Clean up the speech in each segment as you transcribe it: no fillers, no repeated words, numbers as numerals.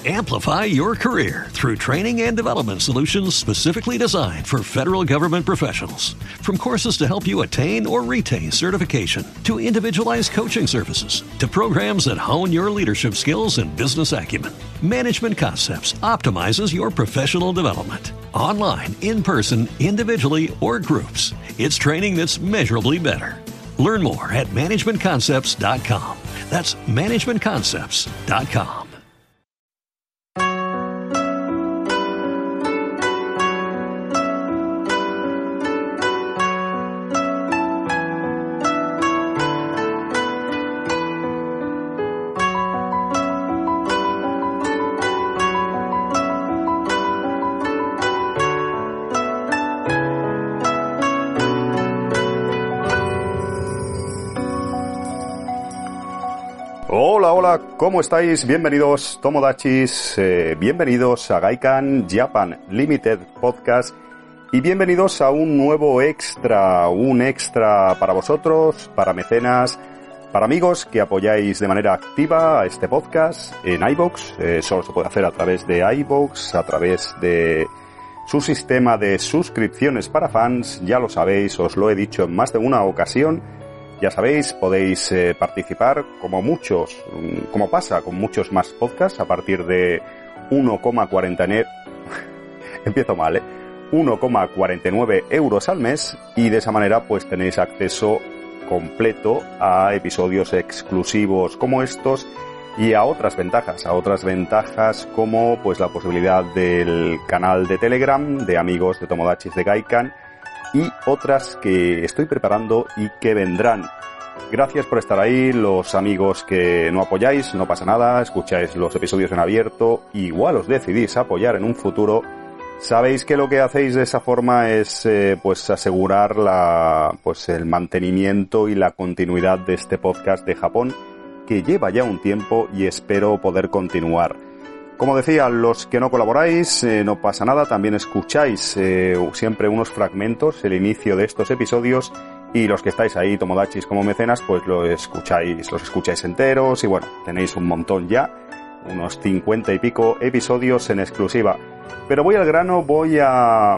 Amplify your career through training and development solutions specifically designed for federal government professionals. From courses to help you attain or retain certification, to individualized coaching services, to programs that hone your leadership skills and business acumen, Management Concepts optimizes your professional development. Online, in person, individually, or groups, it's training that's measurably better. Learn more at managementconcepts.com. That's managementconcepts.com. Hola, ¿cómo estáis? Bienvenidos, Tomodachis, bienvenidos a Gaikan Japan Limited Podcast y bienvenidos a un nuevo extra, para vosotros, para mecenas, para amigos que apoyáis de manera activa a este podcast en iVoox. Solo se puede hacer a través de iVoox, a través de su sistema de suscripciones para fans. Ya lo sabéis, os lo he dicho en más de una ocasión. Ya sabéis, podéis participar como pasa con muchos más podcasts a partir de 1,49 euros al mes, y de esa manera pues tenéis acceso completo a episodios exclusivos como estos y a otras ventajas como pues la posibilidad del canal de Telegram de amigos de Tomodachis de Gaikan y otras que estoy preparando y que vendrán. Gracias por estar ahí, los amigos que no apoyáis, no pasa nada, escucháis los episodios en abierto, igual os decidís apoyar en un futuro. Sabéis que lo que hacéis de esa forma es pues asegurar el mantenimiento y la continuidad de este podcast de Japón, que lleva ya un tiempo y espero poder continuar. Como decía, los que no colaboráis, no pasa nada, también escucháis siempre unos fragmentos, el inicio de estos episodios, y los que estáis ahí, Tomodachis como mecenas, pues los escucháis enteros, y bueno, tenéis un montón ya, unos 50 y pico episodios en exclusiva. Pero voy al grano, voy a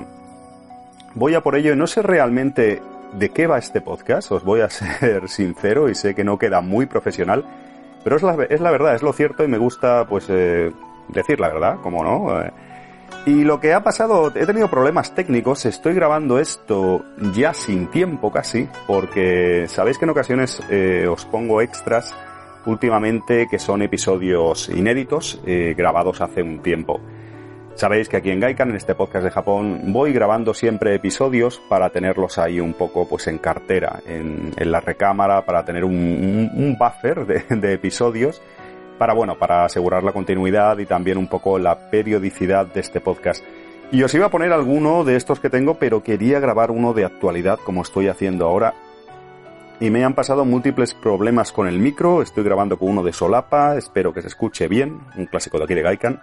por ello, y no sé realmente de qué va este podcast, os voy a ser sincero, y sé que no queda muy profesional, pero es la verdad, es lo cierto, y me gusta pues decir la verdad, ¿cómo no? Y lo que ha pasado, he tenido problemas técnicos, estoy grabando esto ya sin tiempo casi, porque sabéis que en ocasiones os pongo extras últimamente que son episodios inéditos, grabados hace un tiempo. Sabéis que aquí en Gaikan, en este podcast de Japón, voy grabando siempre episodios para tenerlos ahí un poco pues en cartera, en la recámara, para tener un buffer de episodios, para asegurar la continuidad y también un poco la periodicidad de este podcast. Y os iba a poner alguno de estos que tengo, pero quería grabar uno de actualidad como estoy haciendo ahora. Y me han pasado múltiples problemas con el micro, estoy grabando con uno de solapa, espero que se escuche bien, un clásico de aquí de Gaikan.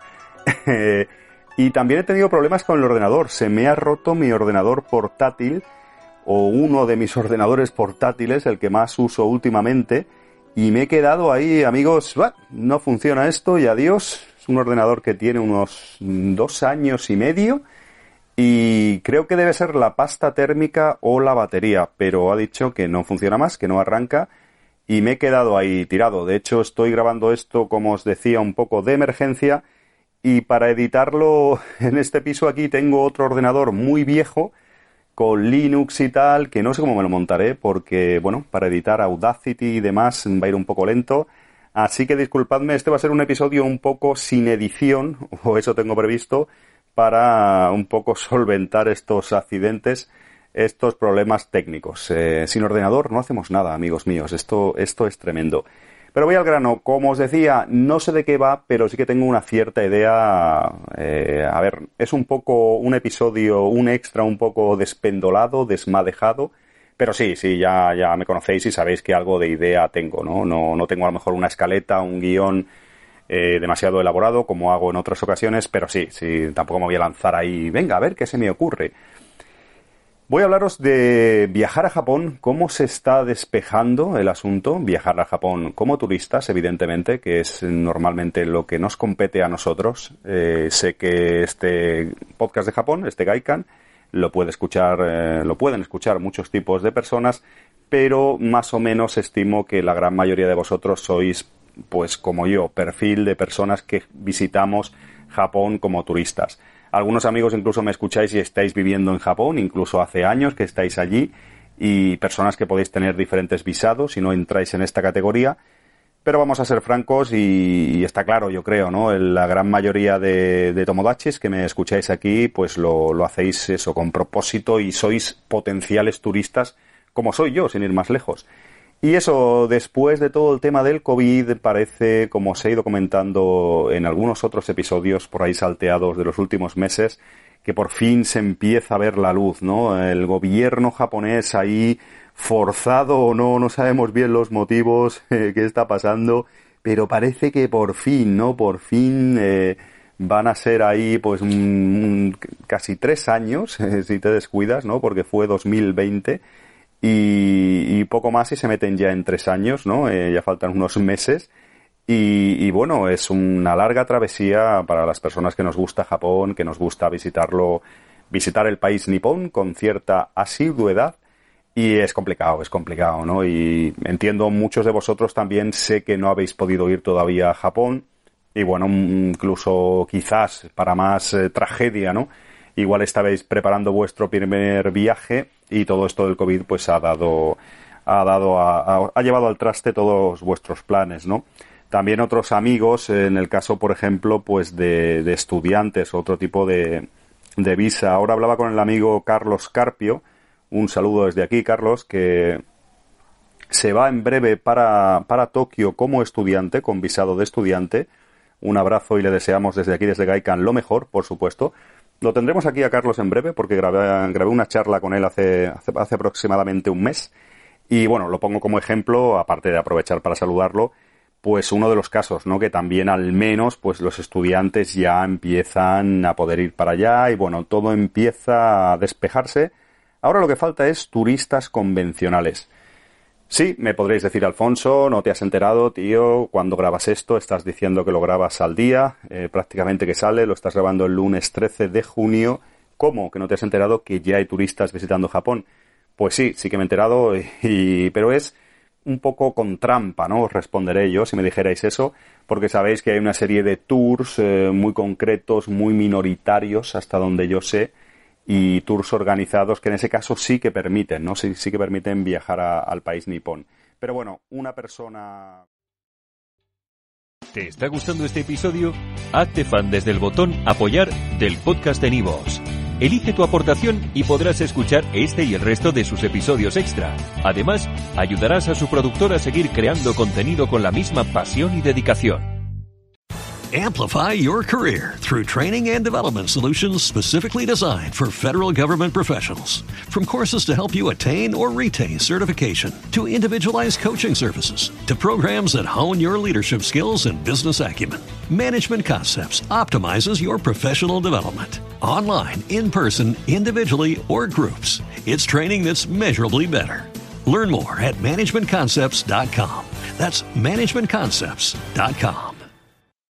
Y también he tenido problemas con el ordenador, se me ha roto mi ordenador portátil, o uno de mis ordenadores portátiles, el que más uso últimamente, y me he quedado ahí, amigos, no funciona esto y adiós. Es un ordenador que tiene unos 2 años y medio y creo que debe ser la pasta térmica o la batería, pero ha dicho que no funciona más, que no arranca, y me he quedado ahí tirado. De hecho, estoy grabando esto, como os decía, un poco de emergencia, y para editarlo en este piso aquí tengo otro ordenador muy viejo con Linux y tal, que no sé cómo me lo montaré, porque, bueno, para editar Audacity y demás va a ir un poco lento. Así que disculpadme, este va a ser un episodio un poco sin edición, o eso tengo previsto, para un poco solventar estos accidentes, estos problemas técnicos. Sin ordenador no hacemos nada, amigos míos, esto es tremendo. Pero voy al grano, como os decía, no sé de qué va, pero sí que tengo una cierta idea. Es un poco un episodio, un extra un poco despendolado, desmadejado, pero sí, ya me conocéis y sabéis que algo de idea tengo, ¿no? No tengo a lo mejor una escaleta, un guión demasiado elaborado, como hago en otras ocasiones, pero sí, tampoco me voy a lanzar ahí, venga, a ver qué se me ocurre. Voy a hablaros de viajar a Japón, cómo se está despejando el asunto, viajar a Japón como turistas, evidentemente, que es normalmente lo que nos compete a nosotros. Sé que este podcast de Japón, este Gaikan, lo pueden escuchar muchos tipos de personas, pero más o menos estimo que la gran mayoría de vosotros sois, pues como yo, perfil de personas que visitamos Japón como turistas. Algunos amigos incluso me escucháis y estáis viviendo en Japón, incluso hace años que estáis allí, y personas que podéis tener diferentes visados si no entráis en esta categoría. Pero vamos a ser francos y está claro, yo creo, ¿no? La gran mayoría de tomodachis que me escucháis aquí, pues lo hacéis eso con propósito y sois potenciales turistas, como soy yo, sin ir más lejos. Y eso, después de todo el tema del COVID, parece, como os he ido comentando en algunos otros episodios por ahí salteados de los últimos meses, que por fin se empieza a ver la luz, ¿no? El gobierno japonés ahí, forzado o no sabemos bien los motivos que está pasando, pero parece que por fin, ¿no? Por fin van a ser ahí pues casi 3 años, si te descuidas, ¿no? Porque fue 2020. Y poco más y se meten ya en 3 años, ¿no? Ya faltan unos meses. Y bueno, es una larga travesía para las personas que nos gusta Japón, que nos gusta visitar el país nipón con cierta asiduidad. Y es complicado, ¿no? Y entiendo, muchos de vosotros también sé que no habéis podido ir todavía a Japón. Y bueno, incluso quizás para más tragedia, ¿no? Igual estabais preparando vuestro primer viaje y todo esto del COVID pues ha llevado al traste todos vuestros planes, ¿no? También otros amigos, en el caso, por ejemplo, pues de estudiantes, otro tipo de visa. Ahora hablaba con el amigo Carlos Carpio, un saludo desde aquí, Carlos, que se va en breve para Tokio como estudiante, con visado de estudiante. Un abrazo y le deseamos desde aquí, desde Gaikan, lo mejor, por supuesto. Lo tendremos aquí a Carlos en breve porque grabé una charla con él hace aproximadamente un mes. Y bueno, lo pongo como ejemplo, aparte de aprovechar para saludarlo, pues uno de los casos, ¿no? Que también al menos pues los estudiantes ya empiezan a poder ir para allá y bueno, todo empieza a despejarse. Ahora lo que falta es turistas convencionales. Sí, me podréis decir, Alfonso, no te has enterado, tío, cuando grabas esto estás diciendo que lo grabas al día, prácticamente que sale, lo estás grabando el lunes 13 de junio. ¿Cómo que no te has enterado que ya hay turistas visitando Japón? Pues sí que me he enterado, pero es un poco con trampa, ¿no? Os responderé yo si me dijerais eso, porque sabéis que hay una serie de tours muy concretos, muy minoritarios, hasta donde yo sé, y tours organizados que en ese caso sí que permiten, ¿no? Sí que permiten viajar al país nipón. Pero bueno, una persona... ¿Te está gustando este episodio? Hazte fan desde el botón Apoyar del podcast de Nivos. Elige tu aportación y podrás escuchar este y el resto de sus episodios extra. Además, ayudarás a su productor a seguir creando contenido con la misma pasión y dedicación. Amplify your career through training and development solutions specifically designed for federal government professionals. From courses to help you attain or retain certification, to individualized coaching services, to programs that hone your leadership skills and business acumen, Management Concepts optimizes your professional development. Online, in person, individually, or groups, it's training that's measurably better. Learn more at managementconcepts.com. That's managementconcepts.com.